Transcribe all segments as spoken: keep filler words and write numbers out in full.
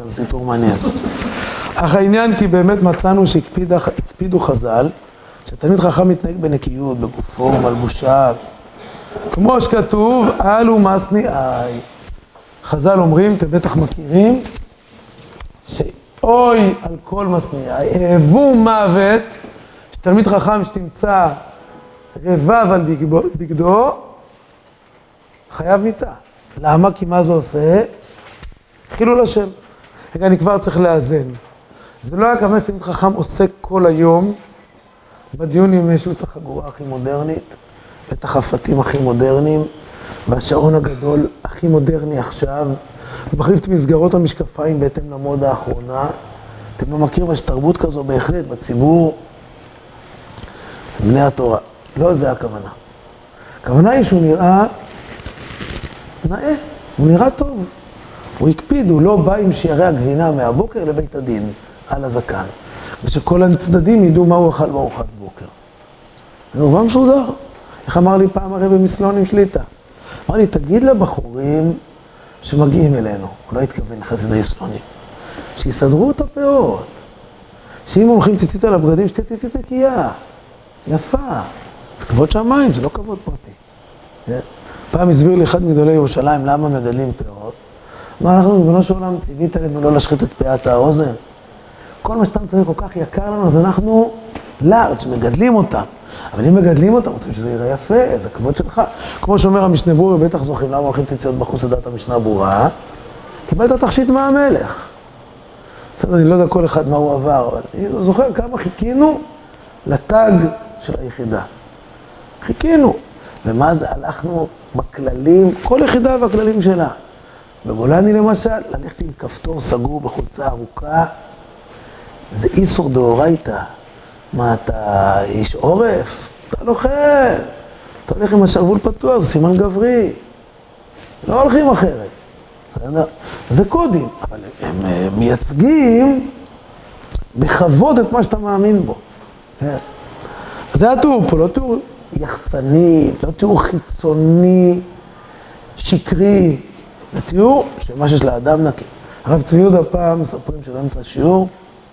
זה סיפור מעניין. אך העניין כי באמת מצאנו שהקפידו חז"ל, שתלמיד חכם מתנהג בנקיות, בגופו, מלבושיו, כמו שכתוב, אלו מסניאי. חז"ל אומרים, אתם בטח מכירים, שאוי על כל מסניאי, אהבו מוות, שתלמיד חכם שתמצא רבב על בגדו, חייב מיתה. למה? כי מה זה עושה? חילול השם. רגע, אני כבר צריך לאזן. זה לא הכוונה שתלמיד חכם עוסק כל היום, בדיון אם יש לו את החגורה הכי מודרנית, ואת החפתים הכי מודרניים, והשעון הגדול הכי מודרני עכשיו, ומחליף את מסגרות המשקפיים בהתאם למודה האחרונה. אתם לא מכירים, יש תרבות כזו בהחלט בציבור, בני התורה. לא זה הכוונה. הכוונה היא שהוא נראה נאה, הוא נראה טוב. הוא הקפיד, הוא לא בא עם שיערי הגבינה מהבוקר לבית הדין על הזקן. ושכל הצדדים ידעו מה הוא אכל בארוחת בוקר. הוא בא מסודר. איך אמר לי פעם הרבי מסלון עם שליטה? אמר לי, תגיד לבחורים שמגיעים אלינו, הוא לא התכוון לחסידי סלונים, שיסדרו את הפאות, שאם הולכים ציצית על הבגדים, שתהיה ציצית נקייה, יפה. זה כבוד שמיים, זה לא כבוד פרטי. פעם הסביר לי אחד מגדולי ירושלים למה מגדלים פאות. מה אנחנו, ריבונו של עולם, ציווית עלינו לא להשחית את פאת האוזן. כל מה שאתה צריך כל כך יקר לנו, אז אנחנו לארג' מגדלים אותם. אבל אם מגדלים אותם, רוצים שזה יראה יפה, זה כבוד שלך. כמו שאומר המשנה ברורה, בטח זוכרים למה הולכים ציציות בחוץ לדעת המשנה ברורה, קיבלת תכשיט מהמלך. בסדר, אני לא יודע כל אחד מה הוא עבר, אבל אני זוכר כמה חיכינו לתג של היחידה. חיכינו. ומה זה? הלכנו בכללים, כל יחידה והכללים שלה. בגולני למשל, ללכת עם כפתור סגור בחולצה ארוכה, זה איסור דאורייתא. מה, אתה איש עורף? אתה לוחם. אתה הולך עם השרוול פתוח, זה סימן גברי. לא הולכים אחרת. בסדר? זה קודים, אבל הם, הם מייצגים בכבוד את מה שאתה מאמין בו. זה התיאור פה, לא תיאור יחצני, לא תיאור חיצוני, שקרי. זה תיאור שמה שיש לאדם נקי. הרב צבי יהודה פעם מספרים שבאמצע השיעור,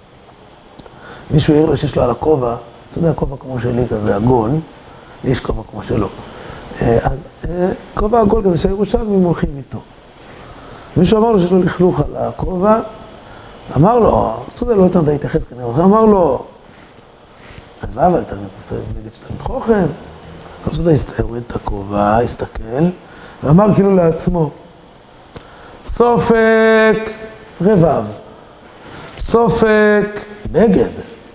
מישהו העיר לו שיש לו על הכובע, אתה יודע, כובע כמו שלי כזה, עגול, לי יש כובע כמו שלו. אז כובע עגול כזה שהירושלמים הולכים איתו. מישהו אמר לו שיש לו לכלוך על הכובע, אמר לו, אתה יודע, לא יותר די התייחס כנראה, אמר לו, רבב, אבל אתה עושה נגד שאתה מתחוכם. אתה יודע, הוריד את הכובע, הסתכל, ואמר כאילו לעצמו, סופק רבב, סופק בגד,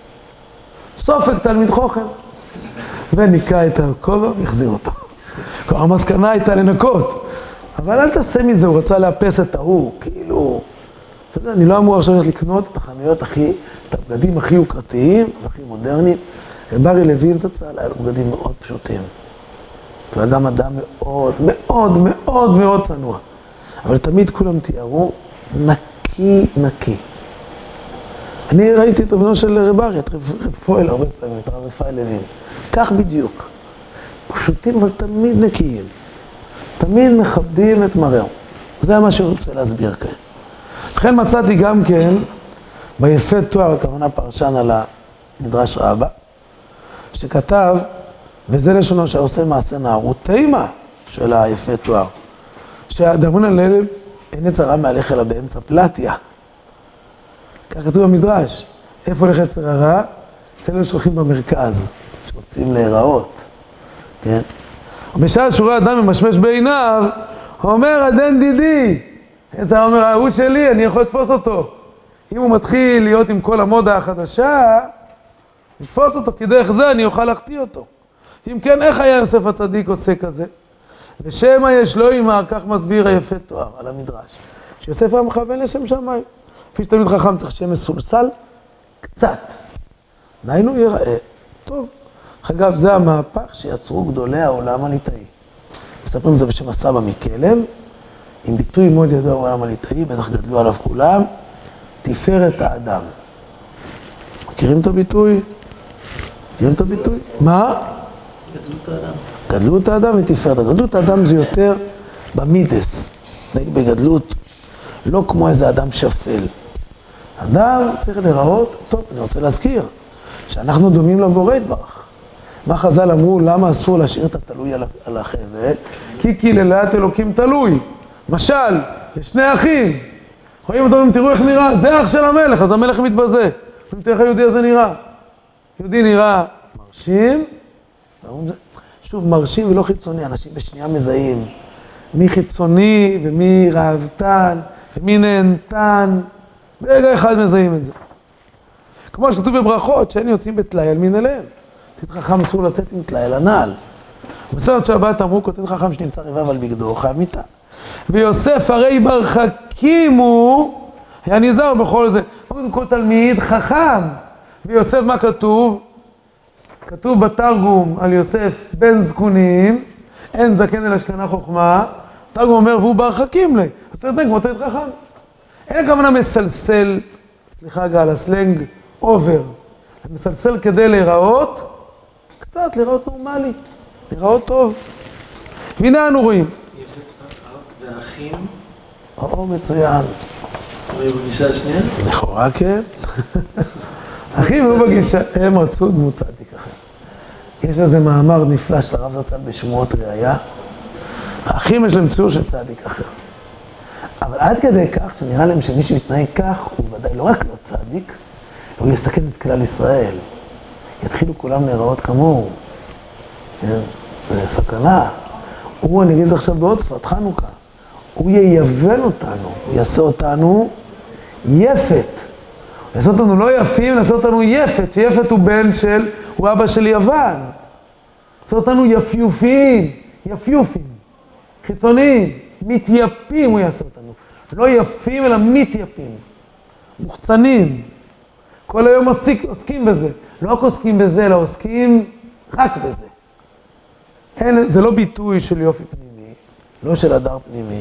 סופק תלמיד חוכם. וניקה את הכובע והחזיר אותו. כלומר, המסקנה הייתה לנקות. אבל אל תעשה מזה, הוא רצה לאפס את ההוא, כאילו, אתה יודע, אני לא אמור עכשיו לקנות את החנויות הכי, את הבגדים הכי יוקרתיים והכי מודרניים. ברי לוין זצ"ל היה לו בגדים מאוד פשוטים. הוא היה גם אדם מאוד, מאוד, מאוד, מאוד צנוע. אבל תמיד כולם תיארו נקי, נקי. אני ראיתי את רבנו של רב ארי, את רב פועל הרבה פעמים, את רב רפאל לוין. כך בדיוק. פשוטים, אבל תמיד נקיים. תמיד מכבדים את מראהו. זה מה שהוא רוצה להסביר כאן. לכן מצאתי גם כן, ביפה תואר, הכוונה פרשן על המדרש רבה, שכתב, וזה לשונו שעושה מעשה נער, הוא תימה של היפה תואר, שהדמון הלל אין יצרה מהלך אלא באמצע פלטיה. כך כתוב במדרש, איפה הולך יצר הרע? אצל אלה שהולכים במרכז, שרוצים להיראות, כן? בשעה שרואה אדם ממשמש בעיניו, הוא אומר, עדן דידי. יצר אומר, ההוא שלי, אני יכול לתפוס אותו. אם הוא מתחיל להיות עם כל המודה החדשה, לתפוס אותו, כי דרך זה אני אוכל להחטיא אותו. אם כן, איך היה יוסף הצדיק עושה כזה? ושמה יש לו אמר, כך מסביר היפה תואר על המדרש, שיוסף היה מכוון לשם שמיים. כפי שתלמיד חכם צריך שיהיה מסולסל, קצת. דיינו ייראה, טוב. אגב, זה המהפך שיצרו גדולי העולם הליטאי. מספרים את זה בשם הסבא מקלם, עם ביטוי מאוד ידוע העולם הליטאי, בטח גדלו עליו כולם, תפארת האדם. מכירים את הביטוי? מכירים את הביטוי? מה? גדלות האדם. גדלות האדם ותפארת. גדלות האדם זה יותר במידס, בגדלות, לא כמו איזה אדם שפל. אדם צריך לראות, טוב, אני רוצה להזכיר, שאנחנו דומים לבורא יתברך. מה חז"ל אמרו, למה אסור להשאיר את התלוי על החבל? כי קללת אלוקים תלוי. משל, לשני אחים. רואים אותו אם תראו איך נראה, זה אח של המלך, אז המלך מתבזה. אם תראה איך היהודי הזה נראה. יהודי נראה מרשים, שוב, מרשים ולא חיצוני, אנשים בשנייה מזהים. מי חיצוני ומי ראוותן ומי נהנתן. ברגע אחד מזהים את זה. כמו שכתוב בברכות, שאין יוצאים בתלי על מין אליהם. תת חכם אסור לצאת עם תלי על הנעל. בסרט שבת אמרו, כותב חכם שנמצא רבב על בגדו, חייב מיתה. ויוסף הרי ברחקים הוא, היה נזהר בכל זה. קודם כל תלמיד חכם. ויוסף מה כתוב? כתוב בתרגום על יוסף בן זקונים, אין זקן אלא שקנה חוכמה. תרגום אומר, והוא ברחקים לי. יוצא יותר כמו תת חכם. אין כמובן מסלסל, סליחה גל, הסלנג אובר. מסלסל כדי להיראות, קצת להיראות נורמלי, להיראות טוב. והנה אנו רואים. והאחים? או, מצוין. הוא בגישה השנייה? לכאורה כן. אחים היו בגישה, הם רצו דמות צדיק אחר. יש איזה מאמר נפלא של הרב זצ"ל בשמועות ראייה. האחים יש להם ציור של צדיק אחר. אבל עד כדי כך שנראה להם שמי שמתנהג כך הוא ודאי לא רק לא צדיק, הוא יסכן את כלל ישראל. יתחילו כולם להיראות כמוהו. זה סכנה. הוא, אני אגיד את זה עכשיו בעוד שפת חנוכה, הוא ייבן אותנו, הוא יעשה אותנו יפת. הוא יעשה אותנו לא יפים, הוא יעשה אותנו יפת, שיפת הוא בן של, הוא אבא של יוון. הוא יעשה אותנו יפיופים, יפיופים, חיצוניים, מתייפים הוא יעשה אותנו. לא יפים אלא מתייפים, מוחצנים. כל היום עוסק, עוסקים בזה. לא רק עוסקים בזה, אלא עוסקים רק בזה. אין, זה לא ביטוי של יופי פנימי, לא של הדר פנימי.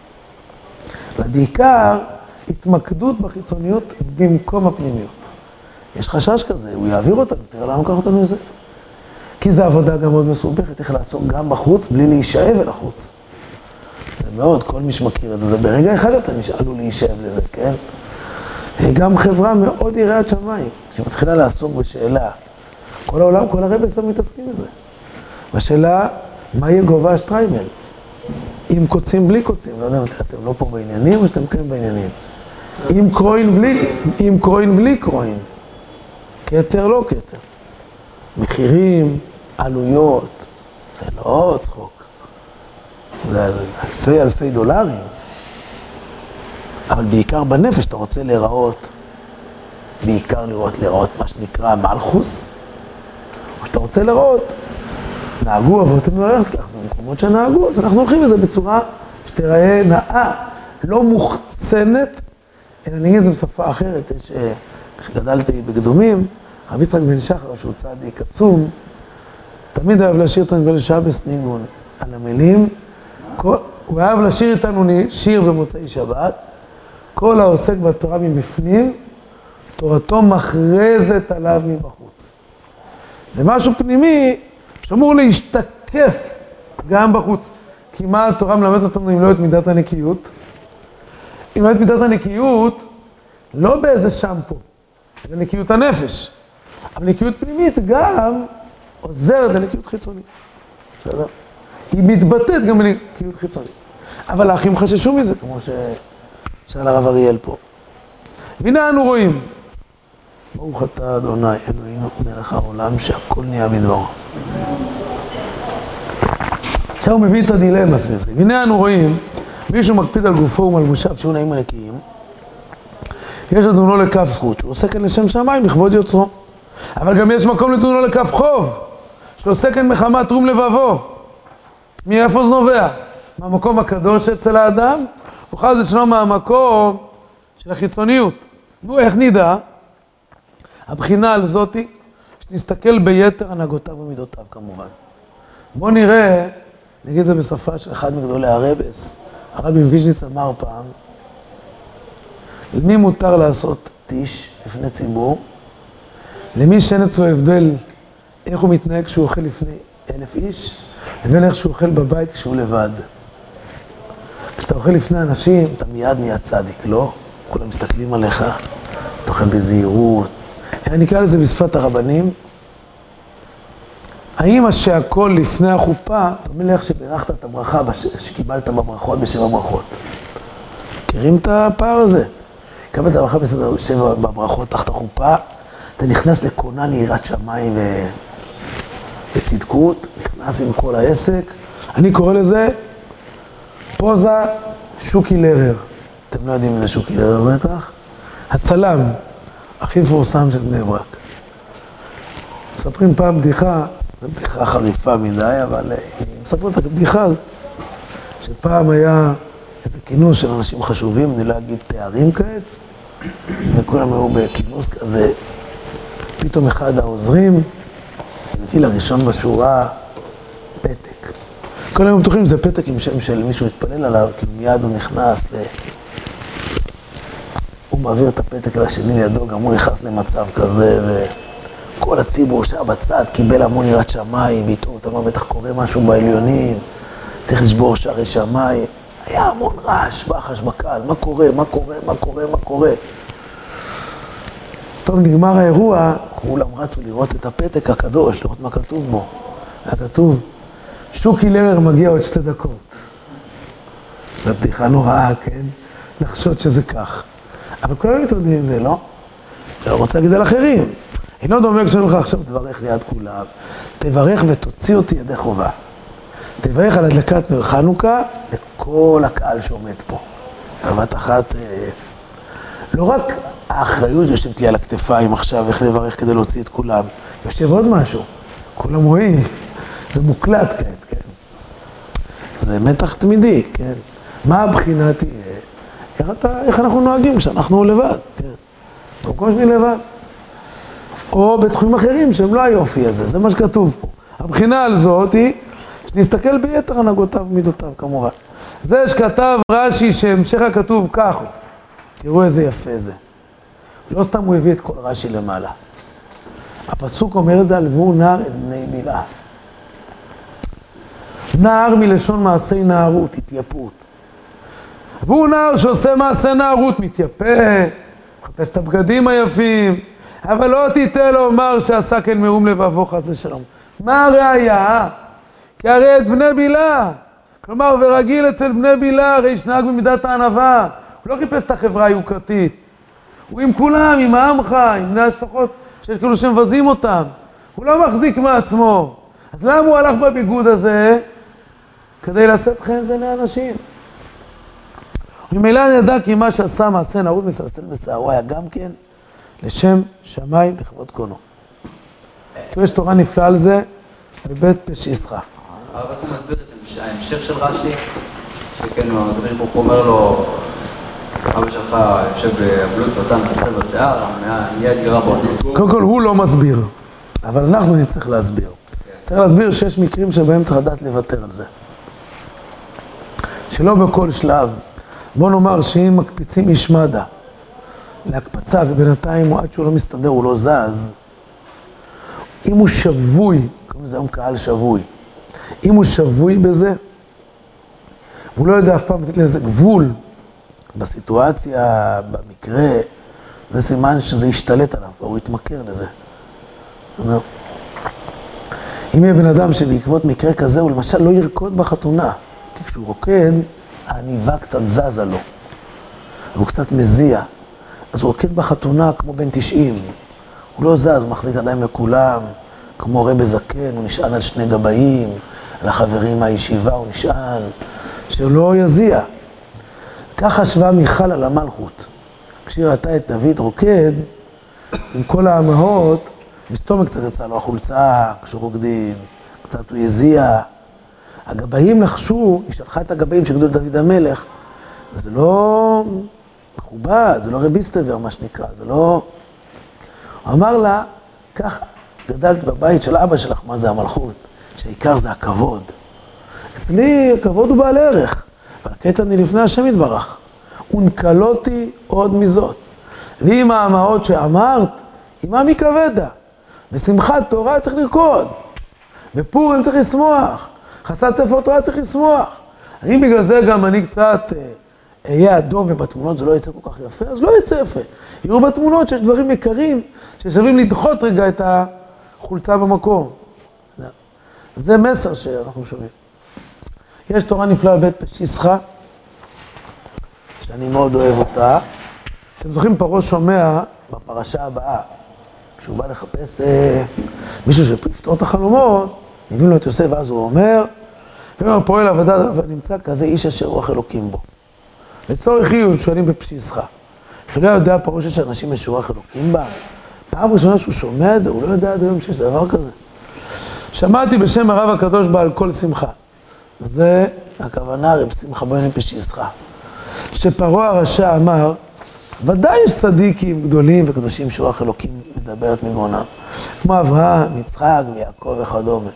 ובעיקר, התמקדות בחיצוניות במקום הפנימיות. יש חשש כזה, הוא יעביר אותנו, תראה למה קח אותנו לזה. כי זו עבודה גם מאוד מסובכת, איך לעסוק גם בחוץ, בלי להישאב אל החוץ. זה מאוד, כל מי שמכיר את זה, זה ברגע אחד אתה נשאלו להישאב לזה, כן? גם חברה מאוד יראת שמיים, שמתחילה לעסוק בשאלה. כל העולם, כל הרבס מתעסקים בזה. בשאלה, מה יהיה גובה השטריימל? עם קוצים בלי קוצים, לא יודע, אתם לא פה בעניינים או שאתם כן בעניינים? עם קרוין בלי, עם קרוין בלי קרוין. כתר לא כתר. מחירים, עלויות, זה לא צחוק. זה אלפי אלפי דולרים. אבל בעיקר בנפש אתה רוצה להיראות, בעיקר לראות, להיראות מה שנקרא מלכוס, או שאתה רוצה להראות, נהגו אבותינו ללכת כך, במקומות שנהגו, אז אנחנו הולכים לזה בצורה שתראה נאה, לא מוחצנת, אלא אני אגיד את זה בשפה אחרת, יש, כשגדלתי בקדומים, רב יצחק בן שחר, שהוא צדיק עצום, תמיד אהב לשיר איתנו בן שבס ניגון על המילים, כל, הוא אהב לשיר איתנו שיר במוצאי שבת, כל העוסק בתורה מבפנים, תורתו מכרזת עליו מבחוץ. זה משהו פנימי שאמור להשתקף גם בחוץ. כי מה התורה מלמדת אותנו אם לא את מידת הנקיות? אם לא את מידת הנקיות, לא באיזה שמפו, אלא נקיות הנפש. אבל נקיות פנימית גם עוזרת לנקיות חיצונית. בסדר? היא מתבטאת גם בנקיות חיצונית. אבל האחים חששו מזה, כמו ששאל הרב אריאל פה. והנה אנו רואים. ברוך אתה אדוני אלוהינו מלך העולם שהכל נהיה בדברו. עכשיו הוא מביא את הדילמה סביב זה. והנה אנו רואים, מישהו מקפיד על גופו ומלבושיו שהוא נעים הנקיים, יש לדונו לכף זכות, שהוא עושה כאן לשם שמיים לכבוד יוצרו. אבל גם יש מקום לדונו לכף חוב, שעושה כאן מחמת רום לבבו. מאיפה זה נובע? מהמקום הקדוש אצל האדם, וחז ושלום מהמקום של החיצוניות. נו, איך נדע? הבחינה על זאתי, שנסתכל ביתר הנהגותיו ומידותיו כמובן. בואו נראה, נגיד את זה בשפה של אחד מגדולי הרבס, הרבי מוויז'ניץ אמר פעם, למי מותר לעשות טיש לפני ציבור? למי שאין אצלו הבדל איך הוא מתנהג כשהוא אוכל לפני אלף איש, לבין איך שהוא אוכל בבית כשהוא לבד. כשאתה אוכל לפני אנשים, אתה מיד נהיה צדיק, לא? כולם מסתכלים עליך, אוכל בזהירות. אני נקרא לזה בשפת הרבנים. האם שהכל לפני החופה, תאמר לי איך שבירכת את הברכה שקיבלת בברכות בשבע ברכות. מכירים את הפער הזה? קיבלת את הברכה בשבע בברכות תחת החופה, אתה נכנס לקונה ליראת שמיים ו... בצדקות, נכנס עם כל העסק. אני קורא לזה פוזה שוקי לרר. אתם לא יודעים אם זה שוקי לרר בטח? הצלם הכי מפורסם של בני ברק. מספרים פעם בדיחה, זו בדיחה חריפה מדי, אבל מספרים את הבדיחה הזאת, שפעם היה איזה כינוס של אנשים חשובים, אני לא אגיד תארים כעת, וכולם היו בכינוס כזה, פתאום אחד העוזרים, מביא לראשון בשורה פתק. כל היום בטוחים זה פתק עם שם של מישהו התפלל עליו, כי מיד הוא נכנס ל... הוא מעביר את הפתק לשני לידו, גם הוא נכנס למצב כזה, וכל הציבור שהיה בצד קיבל המון יראת שמיים, ואיתו, אתה אומר, בטח קורה משהו בעליונים, צריך לשבור שערי שמיים. היה המון רעש, בחש בקהל, מה קורה, מה קורה, מה קורה, מה קורה. טוב, נגמר האירוע, כולם רצו לראות את הפתק הקדוש, לראות מה כתוב בו. היה כתוב, שוקי לרר מגיע עוד שתי דקות. זו בדיחה נוראה, כן? לחשוד שזה כך. אבל כולם מתעודדים עם זה, לא? אני לא רוצה להגיד על אחרים. אינו דומה כשאני לך עכשיו תברך ליד כולם. תברך ותוציא אותי ידי חובה. תברך על הדלקת נר חנוכה לכל הקהל שעומד פה. תבת אחת, לא רק האחריות יושבת לי על הכתפיים עכשיו, איך לברך כדי להוציא את כולם. יושב עוד משהו. כולם רואים. זה מוקלט, כן, כן. זה מתח תמידי, כן. מה הבחינה תהיה? איך, אתה, איך אנחנו נוהגים שאנחנו לבד, כן. במקום שני לבד. או בתחומים אחרים שהם לא היופי הזה, זה מה שכתוב פה. הבחינה על זאת היא שנסתכל ביתר הנהגותיו ומידותיו, כמובן. זה שכתב רש"י שהמשך הכתוב כך הוא. תראו איזה יפה זה. לא סתם הוא הביא את כל רש"י למעלה. הפסוק אומר את זה על והוא נער את בני בלעה. נער מלשון מעשי נערות, התייפות. והוא נער שעושה מעשה נערות, מתייפה, מחפש את הבגדים היפים, אבל לא תיתן לו אומר שעשה כן מאום לבבו חס ושלום. מה הראיה? כי הרי את בני בלעה. כלומר, ורגיל אצל בני בלעה, הרי ישנהג במידת הענווה. הוא לא חיפש את החברה היוקרתית. הוא עם כולם, עם העמך, עם בני השפחות, שיש כאילו שמבזים אותם. הוא לא מחזיק מעצמו. אז למה הוא הלך בביגוד הזה? כדי לשאת חן בין האנשים. וממילא אני ידע כי מה שעשה מעשה נערות מסלסל בשערו היה גם כן לשם שמיים לכבוד קונו. יש תורה נפלאה על זה בבית פשיסחה. הרב אתה מסביר את ההמשך של רש"י, שכן, הקדוש ברוך הוא אומר לו, אבא שלך יושב באבלות ואתה מסלסל בשיער, נהיה אתגרה בו. קודם כל הוא לא מסביר, אבל אנחנו נצטרך להסביר. צריך להסביר שיש מקרים שבהם צריך לדעת לוותר על זה. שלא בכל שלב. בוא נאמר שאם מקפיצים איש מד"א להקפצה ובינתיים עד שהוא לא מסתדר, הוא לא זז, אם הוא שבוי, קוראים לזה היום קהל שבוי, אם הוא שבוי בזה, הוא לא יודע אף פעם לתת לזה גבול בסיטואציה, במקרה, זה סימן שזה ישתלט עליו, הוא יתמכר לזה. אם יהיה בן אדם שבעקבות מקרה כזה, הוא למשל לא ירקוד בחתונה, כי כשהוא רוקד, העניבה קצת זזה לו, והוא קצת מזיע, אז הוא רוקד בחתונה כמו בן תשעים, הוא לא זז, הוא מחזיק ידיים לכולם, כמו רבי זקן, הוא נשען על שני גבאים, על החברים מהישיבה הוא נשען, שלא יזיע. כך חשבה מיכל על המלכות. כשהיא ראתה את דוד רוקד, עם כל האמהות, מסתומק קצת יצא לו החולצה, כשרוקדים, קצת הוא יזיע. הגבאים לחשו, היא שלחה את הגבאים שגדול דוד המלך, זה לא מכובד, זה לא רביסטבר מה שנקרא, זה לא... הוא אמר לה, כך גדלת בבית של אבא שלך, מה זה המלכות? שהעיקר זה הכבוד. אצלי הכבוד הוא בעל ערך, אבל הקטע אני לפני השם יתברך. ונקלותי עוד מזאת. ואם האמהות שאמרת, אימה מכבדה. בשמחת תורה צריך לרקוד. בפורים צריך לשמוח. חסד ספר תורה צריך לשמוח. האם בגלל זה גם אני קצת יהיה אדום ובתמונות זה לא יצא כל כך יפה, אז לא יצא יפה. יראו בתמונות שיש דברים יקרים, ששווים לדחות רגע את החולצה במקום. זה מסר שאנחנו שומעים. יש תורה נפלאה בבית פשיסחה, שאני מאוד אוהב אותה. אתם זוכרים פרעה שומע בפרשה הבאה, כשהוא בא לחפש אה, מישהו שיפתור את החלומות, הביאו לו את יוסף, ואז הוא אומר, ואומר פועל עבודה ונמצא כזה איש אשר רוח אלוקים בו. לצורך עיון שואלים בפשיסחה. כי לא יודע פרעה שיש אנשים משורח אלוקים בה. פעם ראשונה שהוא שומע את זה, הוא לא יודע עד היום שיש דבר כזה. שמעתי בשם הרב הקדוש בעל כל שמחה. וזה הכוונה רב שמחה בן פשיסחה. שפרעה הרשע אמר, ודאי יש צדיקים גדולים וקדושים שרוח אלוקים מדברת מגרונם. כמו אברהם, יצחק ויעקב וכדומה.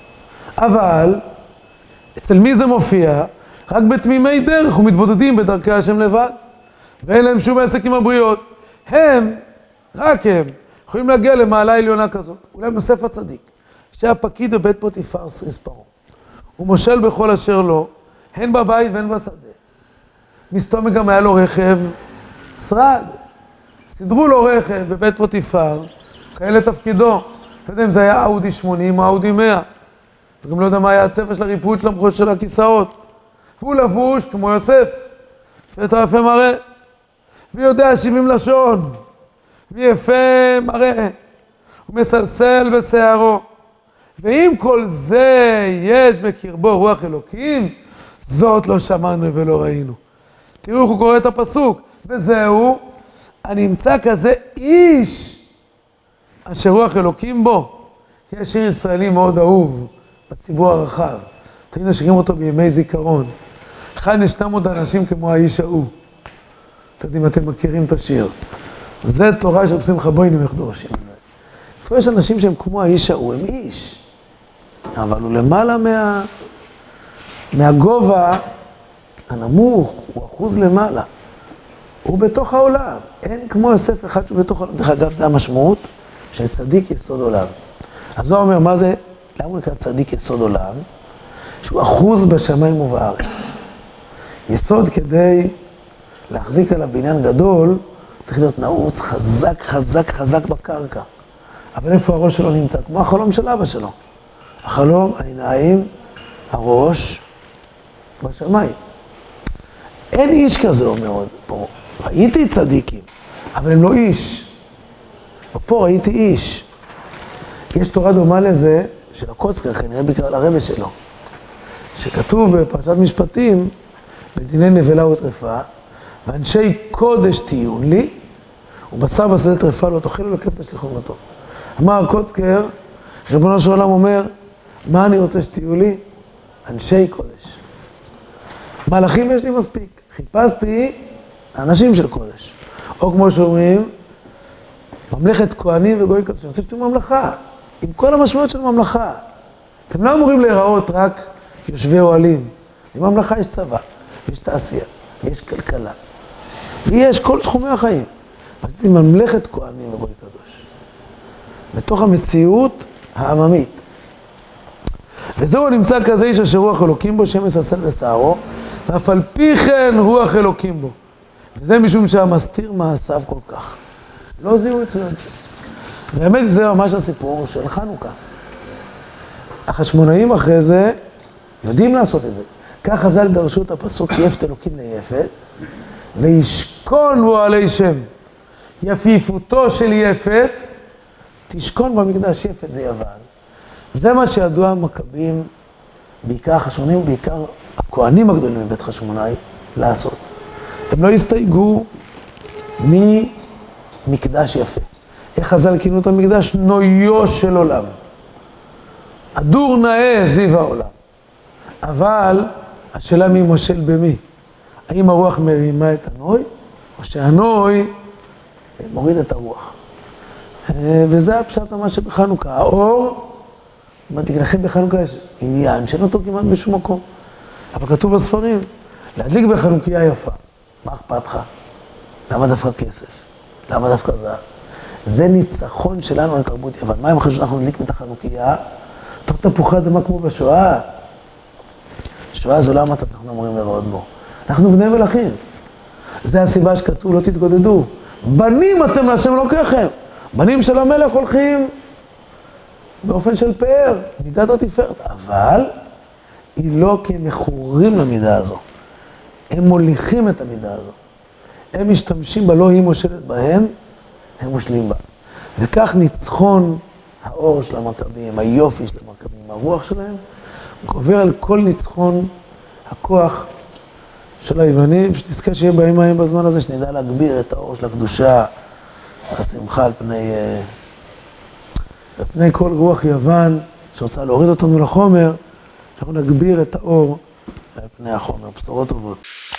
אבל אצל מי זה מופיע? רק בתמימי דרך ומתבודדים בדרכי השם לבד. ואין להם שום עסק עם הבריות. הם, רק הם, יכולים להגיע למעלה עליונה כזאת. אולי יוסף הצדיק, שהיה פקיד בבית פוטיפר סריס פרעה. הוא מושל בכל אשר לו, הן בבית והן בשדה. מסתום גם היה לו רכב שרד. סידרו לו רכב בבית פוטיפר, כאלה תפקידו. לא יודע אם זה היה אאודי שמונים או אאודי מאה. וגם לא יודע מה היה הצבע של הריפוי של המחוז של הכיסאות. הוא לבוש כמו יוסף, פתע יפה מראה, ויודע שבעים לשון, ויפה מראה, הוא מסלסל בשערו. ואם כל זה יש בקרבו רוח אלוקים, זאת לא שמענו ולא ראינו. תראו איך הוא קורא את הפסוק, וזהו, הנמצא כזה איש, אשר רוח אלוקים בו. יש שיר ישראלי מאוד אהוב, בציבור הרחב. תמיד נשארים אותו בימי זיכרון. אחד ישנם עוד אנשים כמו האיש ההוא. לא יודעים אם אתם מכירים את השיר. זה תורה של שמחה בוינים איך דורשים. איפה יש אנשים שהם כמו האיש ההוא, הם איש. אבל הוא למעלה מה... מהגובה הנמוך, הוא אחוז למעלה. הוא בתוך העולם. אין כמו יוסף אחד שהוא בתוך העולם. דרך אגב, זה המשמעות של צדיק יסוד עולם. אז הוא אומר, מה זה? למה הוא נקרא צדיק יסוד עולם? שהוא אחוז בשמיים ובארץ. יסוד כדי להחזיק על הבניין גדול, צריך להיות נעוץ חזק, חזק, חזק בקרקע. אבל איפה הראש שלו נמצא? כמו החלום של אבא שלו. החלום, העיניים, הראש, בשמיים. אין איש כזה, אומר עוד פה. ראיתי צדיקים, אבל הם לא איש. ופה ראיתי איש. יש תורה דומה לזה, של הקוצקר, כנראה בגלל הרבה שלו. שכתוב בפרשת משפטים, בדיני נבלה וטרפה, ואנשי קודש תהיון לי, ובשר בשדה טרפה לא תאכלו לכף תשליכון אותו. אמר קוצקר, ריבונו של עולם אומר, מה אני רוצה שתהיו לי? אנשי קודש. מלאכים יש לי מספיק. חיפשתי אנשים של קודש. או כמו שאומרים, ממלכת כהנים וגוי קדוש. אני רוצה שתהיו ממלכה, עם כל המשמעות של ממלכה. אתם לא אמורים להיראות רק יושבי אוהלים. בממלכה יש צבא, יש תעשייה, יש כלכלה. ויש כל תחומי החיים. רציתי ממלכת כהנים וגוי קדוש. בתוך המציאות העממית. וזהו נמצא כזה איש אשר רוח אלוקים בו, שם מסלסל בשערו, ואף על פי כן רוח אלוקים בו. וזה משום שהמסתיר מעשיו כל כך. לא זיהו אצלו את זה. באמת זה ממש הסיפור של חנוכה. החשמונאים אחרי זה יודעים לעשות את זה. כך חז"ל דרשו את הפסוק יפת אלוקים ליפת, וישכון בו עלי שם. יפיפותו של יפת, תשכון במקדש. יפת זה יוון. זה מה שידוע המכבים, בעיקר החשמונאים ובעיקר הכהנים הגדולים מבית חשמונאי, לעשות. הם לא הסתייגו ממקדש יפה. איך חז"ל כינו את המקדש? נויו של עולם. הדור נאה זיו העולם. אבל השאלה מי מושל במי? האם הרוח מרימה את הנוי, או שהנוי מוריד את הרוח? וזה הפשט ממש שבחנוכה. האור, אם אתם לכם בחנוכה יש עניין שאין אותו כמעט בשום מקום. אבל כתוב בספרים, להדליק בחנוכיה יפה. מה אכפת לך? למה דווקא כסף? למה דווקא זהב? זה ניצחון שלנו על תרבות יוון. מה אם אחרי שאנחנו נדליק את החנוכיה? תוך תפוחי אדמה כמו בשואה. שואה זה עולם אנחנו אמורים לראות בו. אנחנו בני מלכים. זה הסיבה שכתוב, לא תתגודדו. בנים אתם להשם אלוקיכם. בנים של המלך הולכים באופן של פאר, מידת התפארת. אבל היא לא כי הם מכורים למידה הזו. הם מוליכים את המידה הזו. הם משתמשים בה, לא היא מושלת בהם, הם מושלים בה. וכך ניצחון האור של המכבים, היופי של המכבים, הרוח שלהם, גובר על כל ניצחון הכוח של היוונים, שתזכה שיהיה בהם מהם בזמן הזה, שנדע להגביר את האור של הקדושה, השמחה על פני, על פני כל רוח יוון, שרוצה להוריד אותנו לחומר, שאנחנו נגביר את האור על פני החומר. בשורות טובות.